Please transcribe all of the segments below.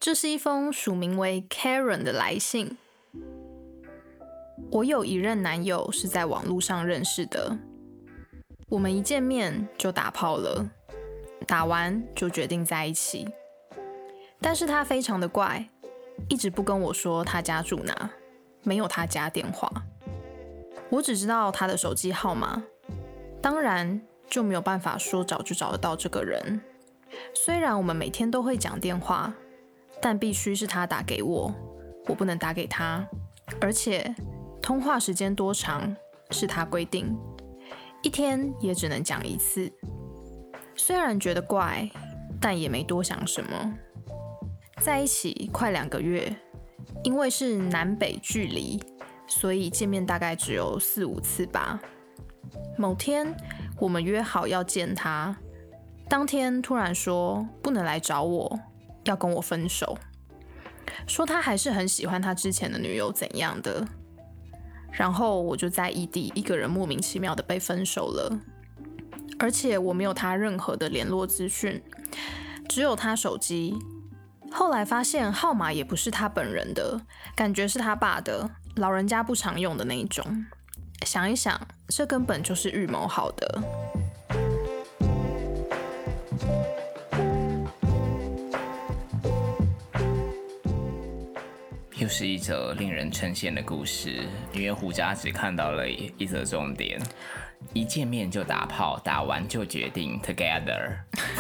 这是一封署名为 Karen 的来信。我有一任男友是在网络上认识的，我们一见面就打炮了，打完就决定在一起。但是他非常的怪，一直不跟我说他家住哪，没有他家电话，我只知道他的手机号码，当然就没有办法说找就找得到这个人。虽然我们每天都会讲电话，但必须是他打给我，我不能打给他，而且通话时间多长是他规定，一天也只能讲一次。虽然觉得怪，但也没多想什么。在一起快2个月，因为是南北距离，所以见面大概只有4、5次吧。某天我们约好要见他，当天突然说不能来找我，要跟我分手，说他还是很喜欢他之前的女友怎样的。然后我就在异地一个人莫名其妙的被分手了，而且我没有他任何的联络资讯，只有他手机。后来发现号码也不是他本人的，感觉是他爸的，老人家不常用的那一种。想一想，这根本就是预谋好的。 又是一则令人称羡的故事，因为胡渣只看到了一则重点：一见面就打炮，打完就决定 together。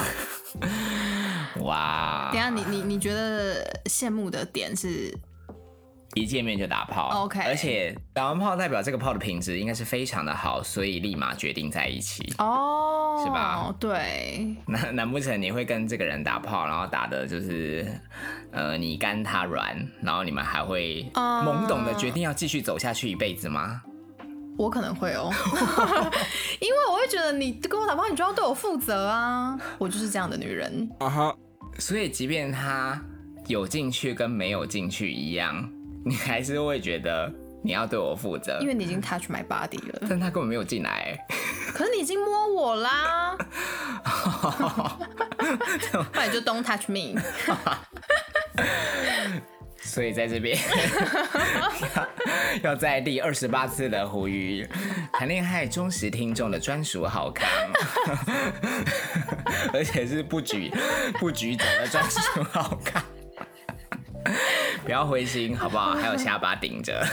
哇！ 等一下，你觉得羡慕的点是？ 一见面就打炮 ，OK， 而且打完炮代表这个炮的品质应该是非常的好，所以立马决定在一起， 哦， 是吧？ 对， 难不成你会跟这个人打炮，然后打的就是你干他软，然后你们还会懵懂的决定要继续走下去一辈子吗？ 我可能会哦，因为我会觉得你跟我打炮，你就要对我负责啊，我就是这样的女人。 所以即便他有进去跟没有进去一样，你还是会觉得你要对我负责， 因为你已经 touch my body 了， 但他根本没有进来。 可是你已经摸我啦，那你就 don't touch me。 所以在这边要在第28次的呼吁，谈恋爱忠实听众的专属好康，而且是不举走的专属好康。不要灰心，好不好？还有下巴顶着。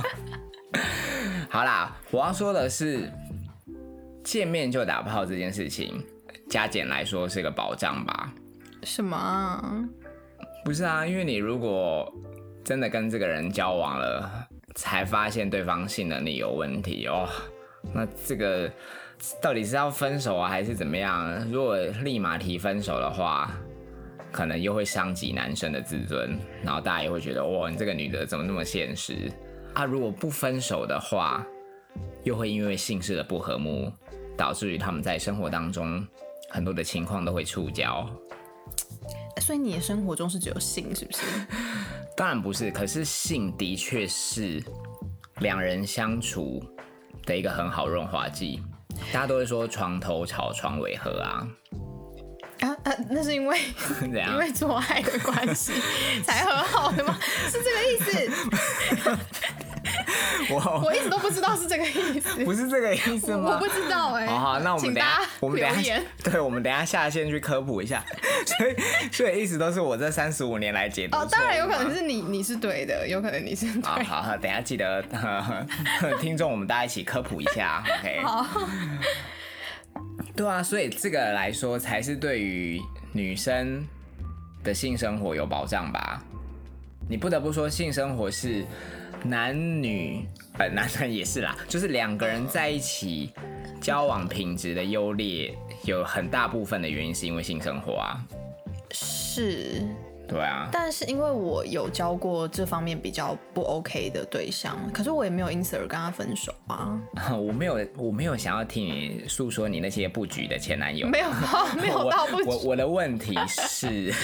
好啦，我要说的是，见面就打炮这件事情，加减来说是个保障吧？ 什么啊？ 不是啊，因为你如果真的跟这个人交往了，才发现对方性能力有问题哦，那这个到底是要分手啊，还是怎么样？如果立马提分手的话，可能又会伤及男生的自尊，然后大家也会觉得，哇，你这个女的怎么那么现实啊？如果不分手的话，又会因为性事的不和睦，导致于他们在生活当中很多的情况都会触礁。 所以你的生活中是只有性，是不是？ 当然不是，可是性的确是两人相处的一个很好润滑剂。大家都会说床头吵，床尾和啊。 那是因为因为做爱的关系才和好的吗？是这个意思？我一直都不知道是这个意思。 不是这个意思吗？ 我不知道哎。 好，那我们等一下，对，我们等一下下线去科普一下。所以意思都是我这35年来解读。 哦，当然有可能是你是对的，有可能你是对的。 好，等一下记得听众我们大家一起科普一下 ，OK？ 好。 对啊，所以这个来说才是对于女生的性生活有保障吧。你不得不说，性生活是男女男生也是啦，就是两个人在一起交往品质的优劣，有很大部分的原因是因为性生活啊。 是。 对啊， 但是因为我有交过这方面比较不 OK 的对象，可是我也没有因此而跟他分手啊。 我没有想要听你诉说你那些不举的前男友， 没有到不举。 我的问题是，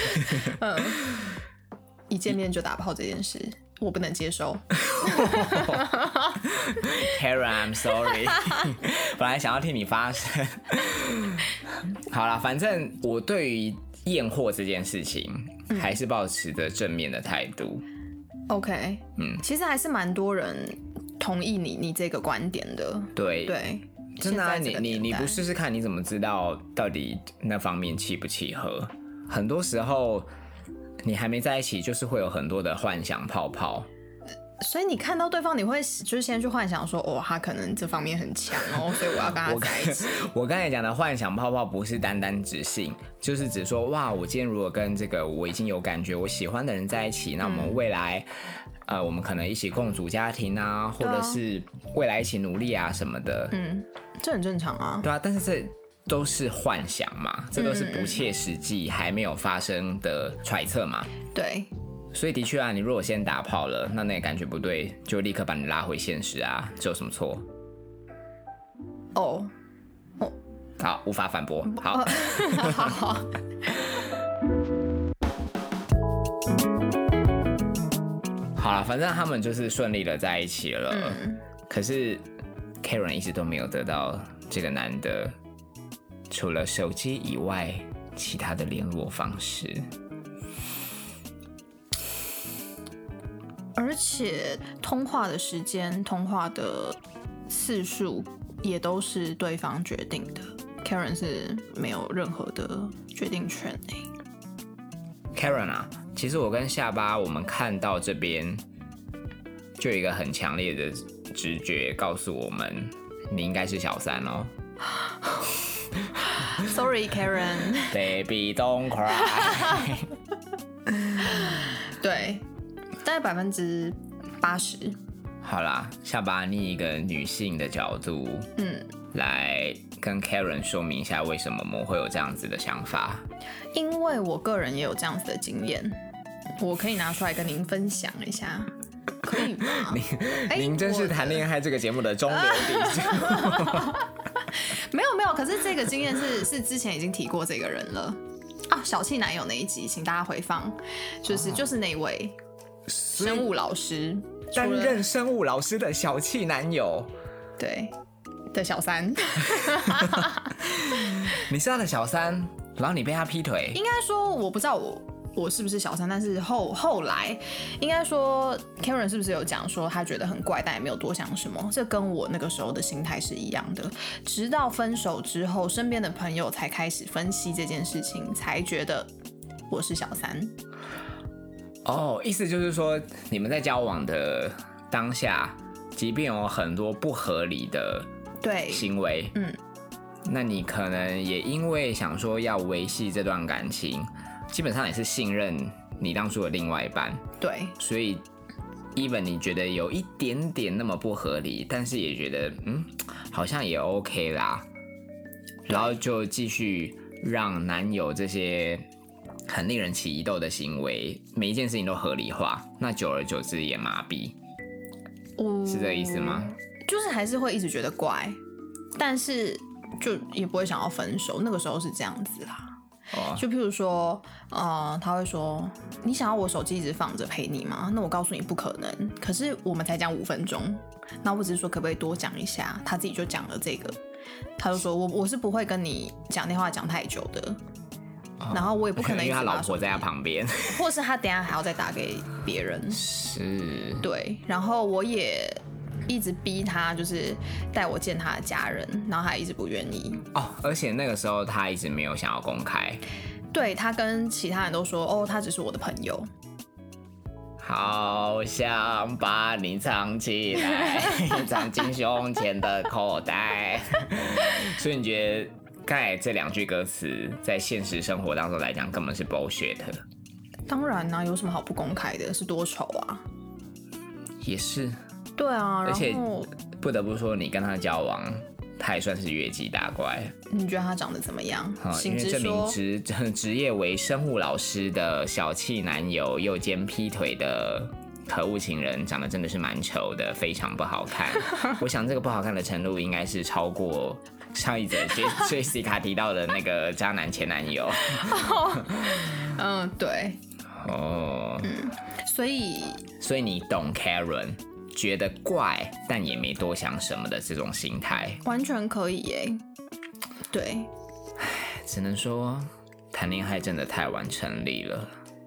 一见面就打炮这件事，我不能接受。 Karen，I'm sorry， 本来想要替你发声。好啦，反正我对于验货这件事情， 还是抱持着正面的态度。 OK， 其实还是蛮多人同意你这个观点的。 对，真的啊，你不试试看，你怎么知道到底那方面契不契合？很多时候你还没在一起，就是会有很多的幻想泡泡。 所以你看到对方，你会就是先去幻想说，哦，他可能这方面很强哦，所以我要跟他在一起。 我刚才讲的幻想泡泡不是单单指性，就是指说，哇，我今天如果跟这个我已经有感觉、我喜欢的人在一起，那我们未来，我们可能一起共组家庭啊，或者是未来一起努力啊什么的。 这很正常啊。 对啊，但是这都是幻想嘛，这都是不切实际、还没有发生的揣测嘛。 对。 所以的确啊，你如果先打炮了，那个感觉不对，就立刻把你拉回现实啊，这有什么错？好，无法反驳。好，好了，反正他们就是顺利的在一起了。可是 Karen 一直都没有得到这个男的除了手机以外其他的联络方式。 而且通话的时间、通话的次数也都是对方决定的 ，Karen 是没有任何的决定权 Karen 啊，其实我跟下巴我们看到这边就有一个很强烈的直觉告诉我们，你应该是小三哦。 Sorry, Karen. Baby, don't cry. 对。大概80%。 好啦，下巴，你以一个女性的角度，来跟 Karen 说明一下为什么我们会有这样子的想法。 因为我个人也有这样子的经验，我可以拿出来跟您分享一下，可以吗？ 您真是谈恋爱这个节目的中流砥柱。 没有，可是这个经验是之前已经提过这个人了啊，小气男友那一集，请大家回放，就是那位。生物老师担任生物老师的小气男友， 对的小三。 你是他的小三，然后你被他劈腿。 应该说我不知道我是不是小三，但是后来应该说 Karen 是不是有讲说他觉得很怪，但也没有多想什么。这跟我那个时候的心态是一样的。直到分手之后，身边的朋友才开始分析这件事情，才觉得我是小三。 意思就是说，你们在交往的当下，即便有很多不合理的行为，那你可能也因为想说要维系这段感情，基本上也是信任你当初的另外一半， 对， 所以 even 你觉得有一点点那么不合理，但是也觉得好像也 OK 啦，然后就继续让男友这些很令人起疑窦的行为，每一件事情都合理化，那久而久之也麻痹，是这个意思吗？ 就是还是会一直觉得怪，但是就也不会想要分手。那个时候是这样子啦。就譬如说，他会说：“你想要我手机一直放着陪你吗？”那我告诉你不可能。可是我们才讲5分钟，那我只是说可不可以多讲一下？他自己就讲了这个，他就说我是不会跟你讲电话讲太久的。然后我也不可能因为他老婆在他旁边， 或是他等一下还要再打给别人。 是， 对。然后我也一直逼他，就是带我见他的家人，然后他一直不愿意。 而且那个时候他一直没有想要公开。 对，他跟其他人都说，他只是我的朋友。 好想把你藏起来，藏进胸前的口袋。所以你觉得？刚才这2句歌词在现实生活当中来讲根本是 bullshit。 当然有什么好不公开的？是多丑啊！ 也是。 对啊， 而且不得不说，你跟他交往，他也算是越级打怪。 你觉得他长得怎么样？ 因为这名职业为生物老师的小气男友又兼劈腿的可恶情人，长得真的是蛮丑的，非常不好看。我想这个不好看的程度应该是超过上一则 Jessica 提到的那个渣男前男友。 对。所以你懂 Karen 觉得怪但也没多想什么的这种心态， 完全可以耶。对， 只能说谈恋爱真的太晚成立了。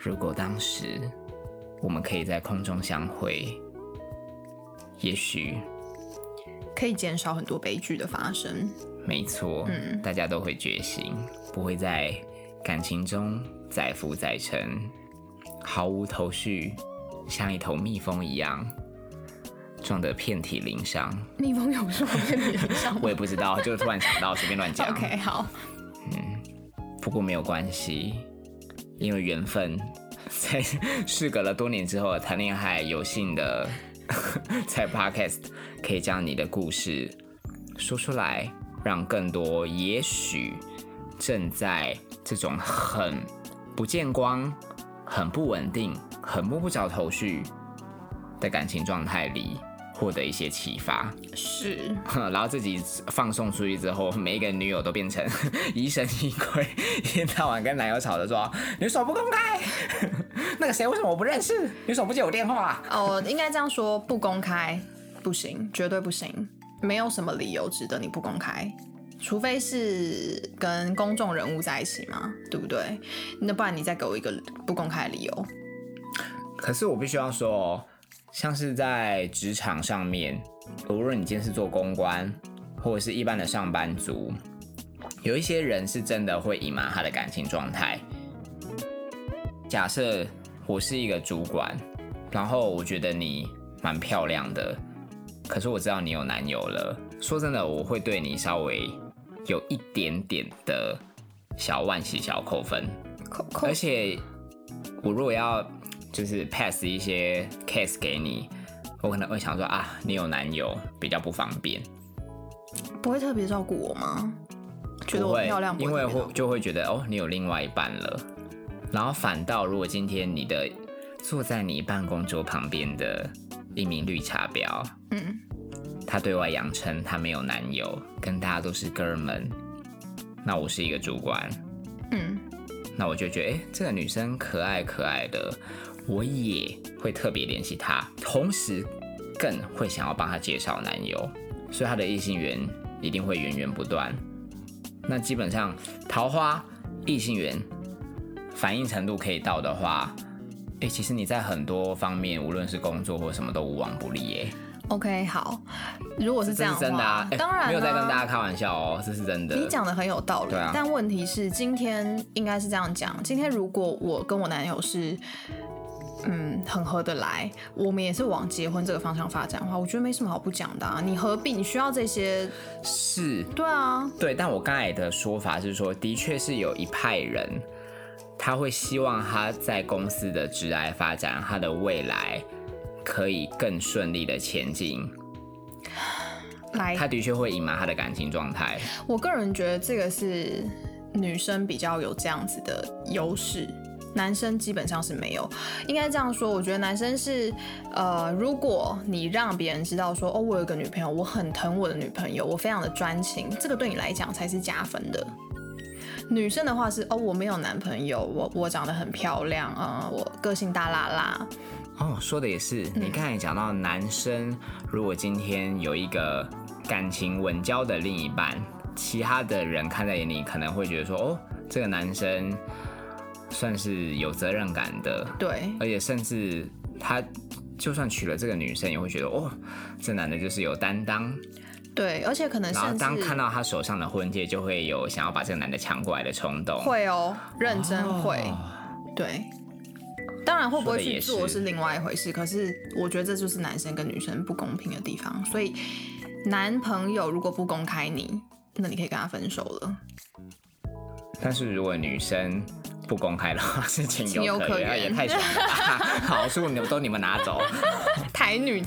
如果当时我们可以在空中相会，也许可以减少很多悲剧的发生。 没错，大家都会觉醒，不会在感情中载浮载沉，毫无头绪，像一头蜜蜂一样撞得遍体鳞伤。 蜜蜂有说遍体鳞伤吗？ 我也不知道，就突然想到，随便乱讲。 OK， 好。 不过没有关系，因为缘分，在事隔了多年之后谈恋爱，有幸的在 Podcast 可以将你的故事说出来，让更多也许正在这种很不见光、很不稳定、很摸不着头绪的感情状态里获得一些启发。 是， 然后自己放送出去之后，每一个女友都变成疑神疑鬼，一天到晚跟男友吵着说女手不公开，那个谁为什么我不认识，女手不接我电话。 应该这样说，不公开不行，绝对不行，没有什么理由值得你不公开。除非是跟公众人物在一起嘛，对不对？那不然你再给我一个不公开的理由。 可是我必须要说哦，像是在职场上面，无论你今天是做公关，或者是一般的上班族，有一些人是真的会隐瞒他的感情状态。假设我是一个主管，然后我觉得你蛮漂亮的，可是我知道你有男友了，说真的，我会对你稍微有一点点的小惋惜、小扣分。而且我如果要就是 pass 一些 case 给你，我可能会想说啊，你有男友比较不方便。 不会特别照顾我吗？觉得我漂亮不会， 因为就会觉得哦，你有另外一半了。然后反倒如果今天你的坐在你办公桌旁边的一名绿茶婊，他对外扬称他没有男友，跟大家都是哥们，那我是一个主管，那我就觉得这个女生可爱可爱的，我也会特别联系她，同时更会想要帮她介绍男友，所以她的异性缘一定会源源不断。那基本上桃花异性缘反应程度可以到的话，其实你在很多方面，无论是工作或什么都无往不利耶。 OK， 好，如果是这样的话， 这是真的啊， 当然没有在跟大家开玩笑哦，这是真的。 你讲的很有道理， 对啊， 但问题是今天应该是这样讲，今天如果我跟我男友是很合得来，我们也是往结婚这个方向发展的话，我觉得没什么好不讲的啊。你何必你需要这些？ 是， 对啊， 对。但我刚才的说法是说，的确是有一派人，他会希望他在公司的职涯发展，他的未来可以更顺利的前进。他的确会隐瞒他的感情状态。 我个人觉得这个是女生比较有这样子的优势。男生基本上是没有，应该这样说。我觉得男生是，如果你让别人知道说，我有一个女朋友，我很疼我的女朋友，我非常的专情，这个对你来讲才是加分的。女生的话是，我没有男朋友，我长得很漂亮，我个性大辣辣。 说的也是。你刚才讲到男生，如果今天有一个感情稳交的另一半，其他的人看在眼里，可能会觉得说，这个男生算是有责任感的， 对， 而且甚至他就算娶了这个女生，也会觉得这男的就是有担当， 对，而且可能甚至然后当看到他手上的婚戒，就会有想要把这个男的抢过来的冲动， 会认真会，对。当然会不会去做是另外一回事，可是我觉得这就是男生跟女生不公平的地方。所以男朋友如果不公开你，那你可以跟他分手了。 但是如果女生不公开的话，是情有可原，也太爽了吧！好处都你们拿走， 台女，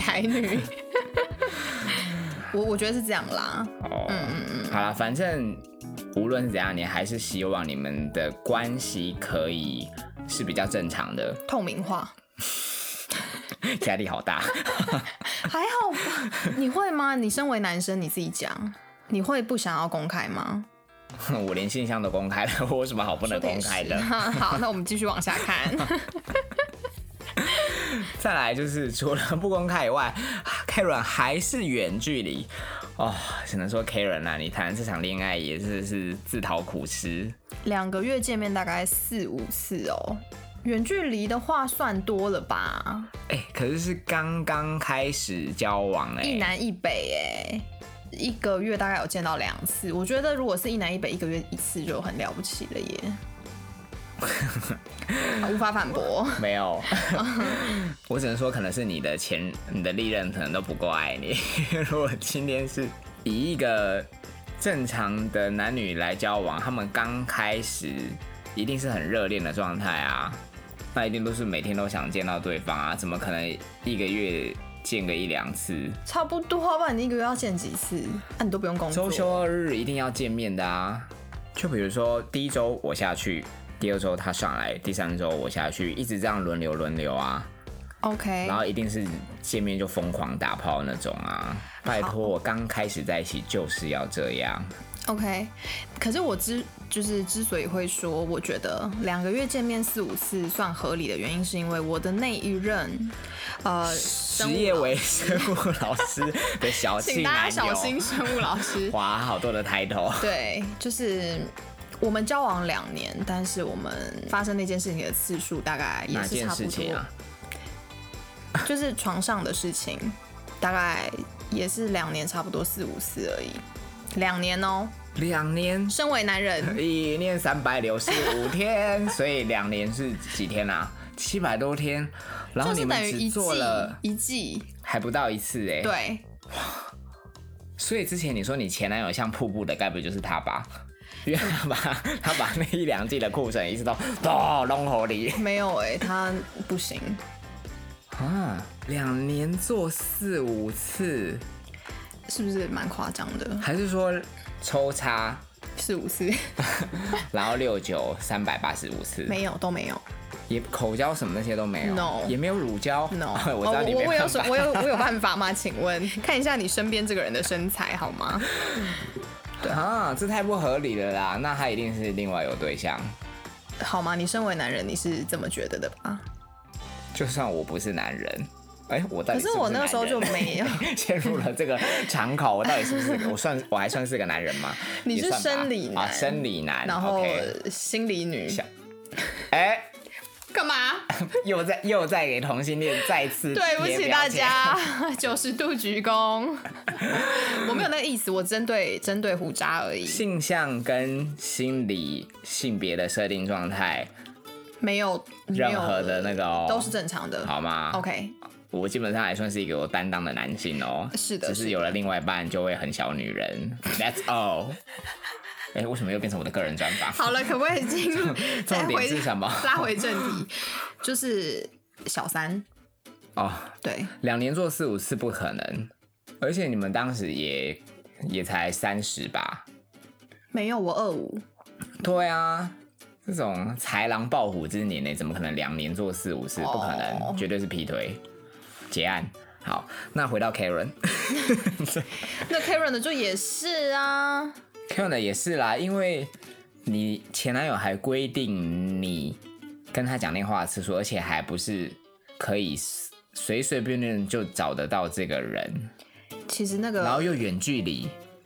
我觉得是这样啦。 好啦，反正无论是怎样，你还是希望你们的关系可以是比较正常的， 透明化。 压力好大。 还好吧？你会吗？你身为男生，你自己讲，你会不想要公开吗？ 我连信箱都公开了，我有什么好不能公开的？ 好，那我们继续往下看。 再来就是除了不公开以外 ，Karen 还是远距离只能说 Karen 啊，你谈这场恋爱也是自讨苦吃。 2个月见面大概4-5次哦。 远距离的话算多了吧？ 可是刚刚开始交往一南一北1个月大概有见到2次，我觉得如果是一南一北1个月1次就很了不起了耶。无法反驳。 没有，我只能说可能是你的历任可能都不够爱你。如果今天是以一个正常的男女来交往，他们刚开始一定是很热恋的状态啊，那一定都是每天都想见到对方啊，怎么可能1个月见个1-2次？ 差不多，不然你1个月要见几次？你都不用工作。 周休2日一定要见面的啊！就比如说第1周我下去，第2周他上来，第3周我下去，一直这样轮流啊。 OK， 然后一定是见面就疯狂打炮那种啊！拜托，我刚开始在一起就是要这样。 OK， 可是我之所以会说，我觉得2个月见面4-5次算合理的原因，是因为我的那一任职业为生物老师的小气男友， 请大家小心生物老师， 哇，好多的title。 对，就是我们交往2年，但是我们发生那件事情的次数大概也是差不多。 哪件事情啊？ 就是床上的事情，大概也是2年，差不多4-5次而已。2年哦 ，2年。 身为男人 ，1年365天，所以2年是几天啊？700多天。然后你们只做了一季， 还不到1次哎。 对。 所以之前你说你前男友像瀑布的，该不会就是他吧？因为他把那1-2季的库存一直都弄火里。 没有他不行啊，2年做4-5次， 是不是蛮夸张的？ 还是说抽插 4-5次， 然后6-9 385次？ 没有，都没有。 也口交什么那些都没有 ，no， 也没有乳胶 ，no。 我知道你没办法。 我有办法吗？请问，看一下你身边这个人的身材好吗？ 对啊，这太不合理了啦！那他一定是另外有对象， 好吗？你身为男人，你是这么觉得的吧？ 就算我不是男人，我到底可是我那个时候就没有陷入了这个场口，我到底是不是我还算是个男人吗？ 你是生理男， 生理男， 然后心理女。干嘛？ 又在给同性恋再次对不起大家，90度鞠躬。我没有那个意思，我针对胡渣而已。 性向跟心理性别的设定状态没有任何的那个都是正常的， 好吗 ？OK， 我基本上还算是一个有担当的男性哦。 是的， 只是有了另外一半就会很小女人。That's all。为什么又变成我的个人专访？ 好了，可不可以进入？ 重点是什么？ 拉回正题，就是小三。对 ，2年做4-5次不可能，而且你们当时也才30吧？ 没有，我25。 对啊，这种豺狼抱虎之年呢，怎么可能2年做4-5次？不可能，绝对是劈腿。结案。好，那回到 Karen， 那 Karen 的就也是啊。 Karen 的也是啦，因为你前男友还规定你跟他讲电话的次数，而且还不是可以随随便便就找得到这个人。 其实那个， 然后又远距离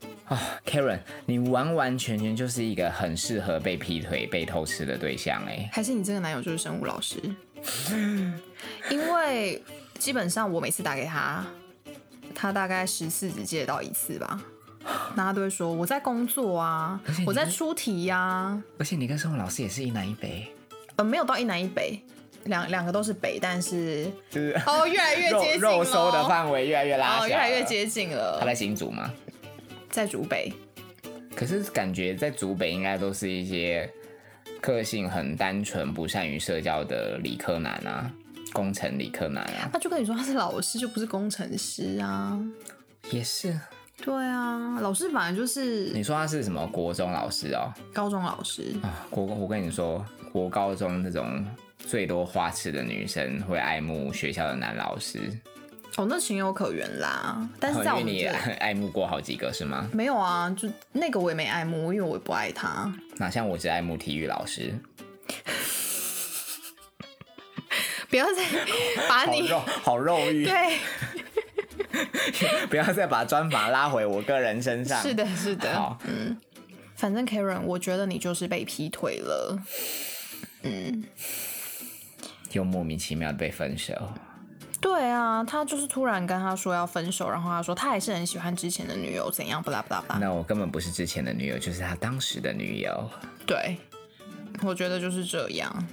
Karen， 你完完全全就是一个很适合被劈腿、被偷吃的对象还是你这个男友就是生物老师？因为基本上我每次打给他，他大概10次只接得到1次吧。那他都会说我在工作啊，我在出题呀。 而且你跟生活老师也是一南一北。 没有到一南一北，两个都是北，但是就是越来越接近了， 肉收的范围越来越拉小了， 越来越接近了。 他在新竹吗？ 在竹北。 可是感觉在竹北应该都是一些个性很单纯、不善于社交的理科男啊，工程理科男啊。 他就跟你说他是老师，就不是工程师啊。 也是。 对啊，老师本来就是。 你说他是什么国中老师哦？ 高中老师我跟你说，国高中这种最多花痴的女生会爱慕学校的男老师。 那情有可原啦。但是在我们因为你也爱慕过好几个是吗？ 没有啊，就那个我也没爱慕，因为我也不爱他。 哪像我只爱慕体育老师。 不要再把你好肉欲。 对。 不要再把专访拉回我个人身上。 是的，是的。 好， 反正 Karen， 我觉得你就是被劈腿了。 又莫名其妙的被分手。 对啊，他就是突然跟他说要分手，然后他说他还是很喜欢之前的女友，怎样，巴拉巴拉巴拉。 那我根本不是之前的女友，就是他当时的女友。 对，我觉得就是这样。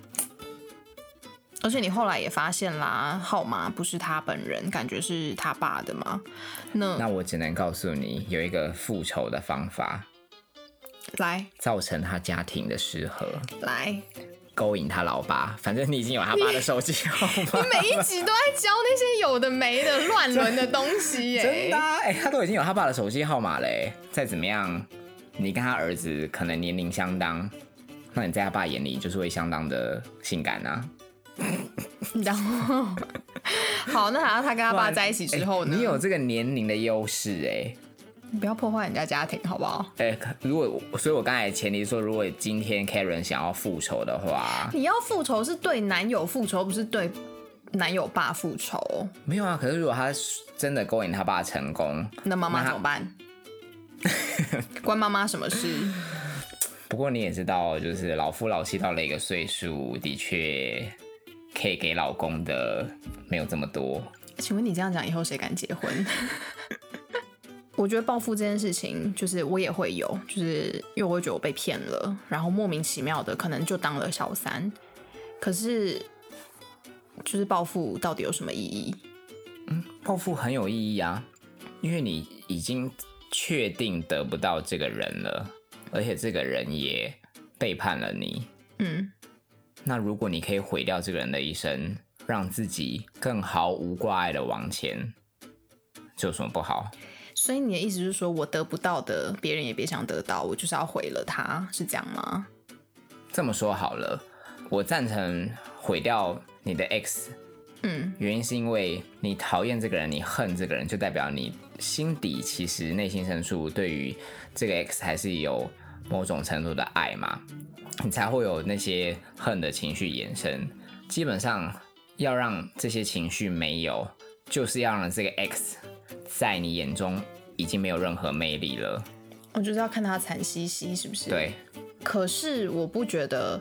而且你后来也发现啦，号码不是他本人，感觉是他爸的嘛。 那我只能告诉你，有一个复仇的方法， 来造成他家庭的失和， 来， 勾引他老爸。反正你已经有他爸的手机号码， 你每一集都在教那些有的没的乱伦的东西耶。 真的啊，他都已经有他爸的手机号码嘞。再怎么样，你跟他儿子可能年龄相当，那你在他爸眼里就是会相当的性感啊。 然后，好，那好像他跟他爸在一起之后呢？ 你有这个年龄的优势哎， 你不要破坏人家家庭好不好？ 所以我刚才前提说，如果今天 Karen 想要复仇的话， 你要复仇是对男友复仇，不是对男友爸复仇。 没有啊，可是如果他真的勾引他爸成功， 那妈妈怎么办？关妈妈什么事？ 不过你也知道，就是老夫老妻到了一个岁数，的确可以给老公的没有这么多。 请问你这样讲，以后谁敢结婚？我觉得报复这件事情，就是我也会有，就是因为我会觉得我被骗了，然后莫名其妙的可能就当了小三。可是，就是报复到底有什么意义？ 报复很有意义啊，因为你已经确定得不到这个人了，而且这个人也背叛了你。那如果你可以毁掉这个人的一生，让自己更毫无挂碍的往前，这有什么不好？ 所以你的意思是说，我得不到的，别人也别想得到，我就是要毁了他，是这样吗？ 这么说好了，我赞成毁掉你的 X。原因是因为你讨厌这个人，你恨这个人，就代表你心底其实内心深处对于这个 X 还是有某种程度的爱嘛，你才会有那些恨的情绪衍生。基本上要让这些情绪没有，就是要让这个 X 在你眼中已经没有任何魅力了。 我就是要看他惨兮兮，是不是？ 对。 可是我不觉得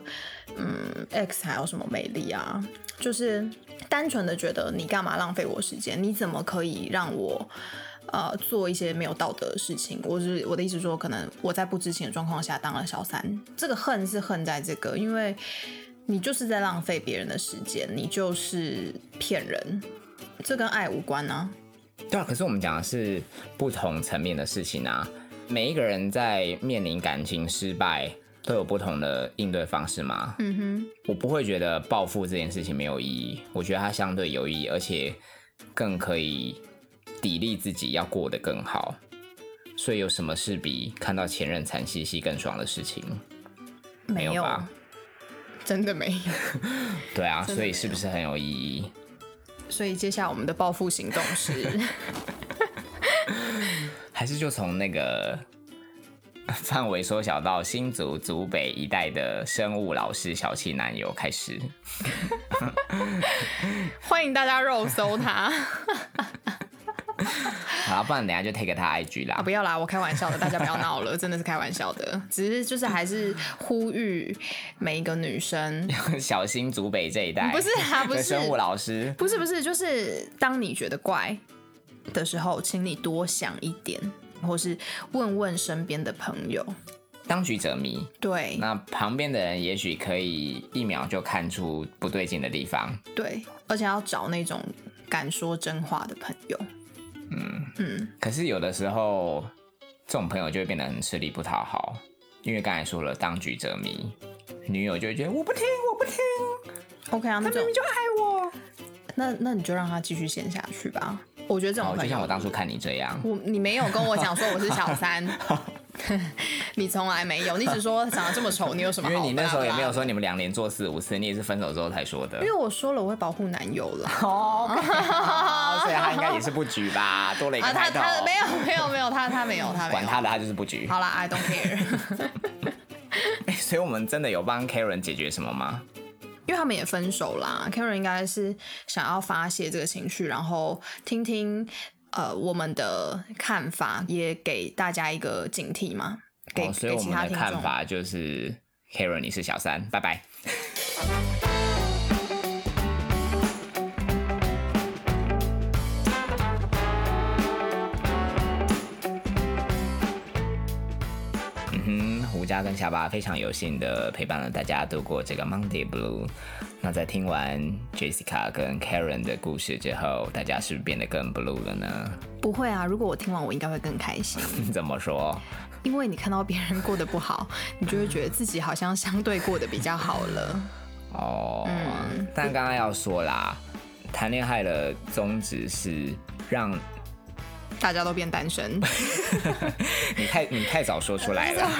，X 还有什么魅力啊？就是单纯的觉得你干嘛浪费我时间？你怎么可以让我做一些没有道德的事情？我的意思说，可能我在不知情的状况下当了小三，这个恨是恨在这个，因为你就是在浪费别人的时间，你就是骗人，这跟爱无关啊。 对啊，可是我们讲的是不同层面的事情啊。每一个人在面临感情失败都有不同的应对方式嘛。我不会觉得报复这件事情没有意义，我觉得它相对有意义，而且更可以砥砺自己要过得更好。所以有什么事比看到前任惨兮兮更爽的事情？没有吧？ 真的没有。 对啊，所以是不是很有意义？ 所以接下来我们的报复行动是还是就从那个范围缩小到新竹竹北一带的生物老师小气男友开始。 欢迎大家肉搜他。 好，不然等一下就 take 他 IG 啦。 不要啦，我开玩笑的，大家不要闹了，真的是开玩笑的。只是就是还是呼吁每一个女生小心竹北这一带。 不是啊，不是生物老师， 不是，就是当你觉得怪的时候，请你多想一点，或是问问身边的朋友。 当局者迷， 对， 那旁边的人也许可以一秒就看出不对劲的地方。 对，而且要找那种敢说真话的朋友。 可是有的时候，这种朋友就会变得很吃力不讨好，因为刚才说了当局者迷，女友就会觉得我不听。 OK 啊，那他明明就爱我。 那你就让他继续陷下去吧。我觉得这种朋友， 就像我当初看你这样， 你没有跟我讲说我是小三。你从来没有，你只说长得这么丑，你有什么好？ 因为你那时候也没有说你们2年做4、5次，你也是分手之后才说的。 因为我说了我会保护男友了。 所以他应该也是不举吧，多了一个抬头。 他没有，他没有， 管他的，他就是不举。 好啦 I don't care。 所以我们真的有帮 Karen 解决什么吗？ 因为他们也分手啦 ，Karen 应该是想要发泄这个情绪，然后听听我们的看法，也给大家一个警惕嘛。 所以我们的看法就是 Karen 你是小三，拜拜。 吴家跟下巴非常有幸的陪伴了大家度过这个 Monday Blue。那在听完 Jessica 跟 Karen 的故事之后，大家是不是变得更 blue 了呢？ 不会啊，如果我听完，我应该会更开心。 怎么说？ 因为你看到别人过得不好，你就会觉得自己好像相对过得比较好了。 哦，但刚刚要说啦，谈恋爱的宗旨是让大家都变单身。 你太早说出来了。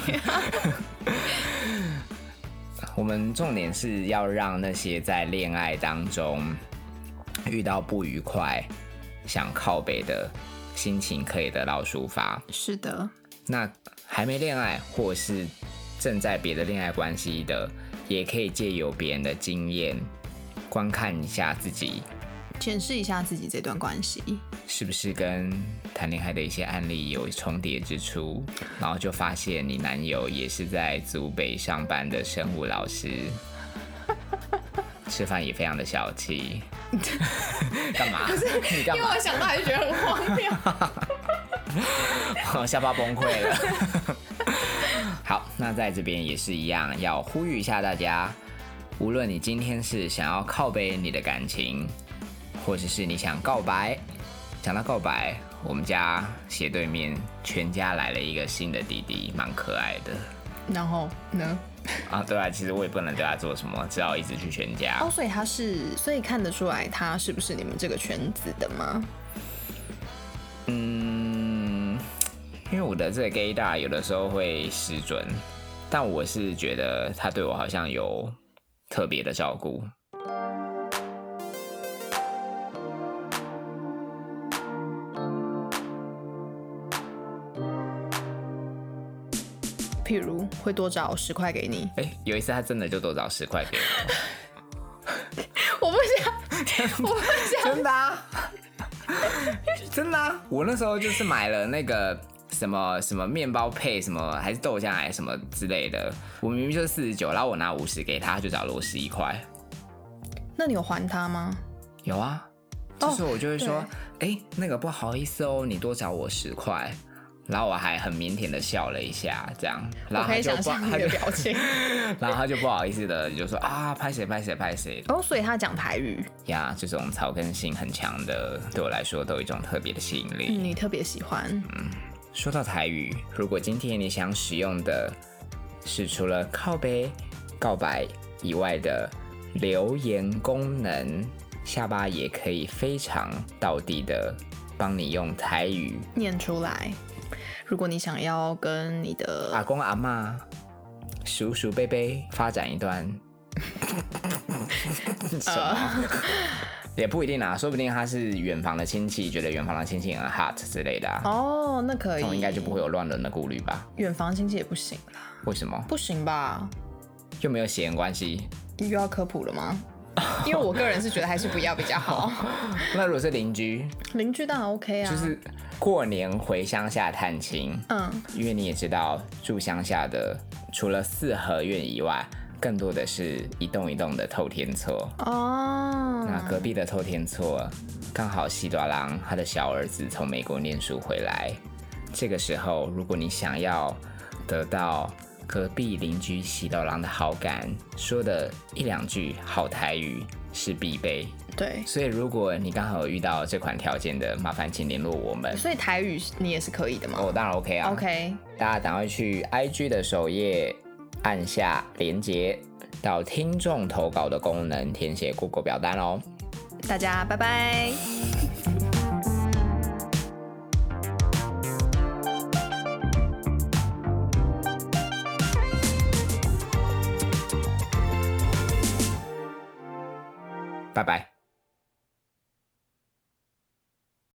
我们重点是要让那些在恋爱当中遇到不愉快、想靠北的心情可以得到抒发。 是的。 那还没恋爱或是正在别的恋爱关系的，也可以借由别人的经验，观看一下自己， 检视一下自己这段关系是不是跟谈恋爱的一些案例有重叠之处，然后就发现你男友也是在竹北上班的生物老师，吃饭也非常的小气。干嘛？你干嘛？ 因为我想到还是觉得很荒谬。 下巴崩溃了。好，那在这边也是一样，要呼吁一下大家，无论你今天是想要靠北你的感情，或者是你想告白，讲到告白，我们家斜对面全家来了一个新的弟弟，蛮可爱的。 然后呢？ 啊，对啊，其实我也不能对他做什么，只好一直去全家。 哦，所以看得出来他是不是你们这个圈子的吗？ 因为我的这个 gaydar 有的时候会失准，但我是觉得他对我好像有特别的照顾。 譬如会多找10块给你。 有一次他真的就多找10块给我。 我不想， 真的啊，真的啊！我那时候就是买了那个什么面包配什么，还是豆浆还是什么之类的。我明明就是49，然后我拿50给他，他就找了我11块。 那你有还他吗？ 有啊，就是我就会说，那个不好意思哦，你多找我10块。然后我还很腼腆的笑了一下，这样，然后我可以想象你的表情。 然后他就不好意思的就说啊，拍谁。 哦，所以他讲台语呀，这种草根性很强的，对我来说都有一种特别的吸引力。 你特别喜欢。 说到台语，如果今天你想使用的是除了靠北、告白以外的留言功能，下巴也可以非常道地的帮你用台语念出来。如果你想要跟你的阿公阿嬷、叔叔伯伯发展一段什么也不一定啊，说不定他是远房的亲戚，觉得远房的亲戚很 hot 之类的啊。 哦，那可以， 这种应该就不会有乱伦的顾虑吧？ 远房亲戚也不行啦。 为什么？ 不行吧？ 又没有血缘关系？ 又要科普了吗？因为我个人是觉得还是不要比较好。 那如果是邻居当然 OK 啊， 就是过年回乡下探亲，因为你也知道住乡下的除了4合院以外，更多的是一栋一栋的透天厝哦。那隔壁的透天厝刚好西大郎他的小儿子从美国念书回来，这个时候如果你想要得到隔壁邻居喜豆郎的好感，说的1-2句好台语是必备。 对， 所以如果你刚好有遇到这款条件的，麻烦请联络我们。 所以台语你也是可以的吗？ 当然 OK 啊。 OK， 大家赶快去 IG 的首页按下连结到听众投稿的功能，填写 Google 表单哦。 大家拜拜。 拜拜。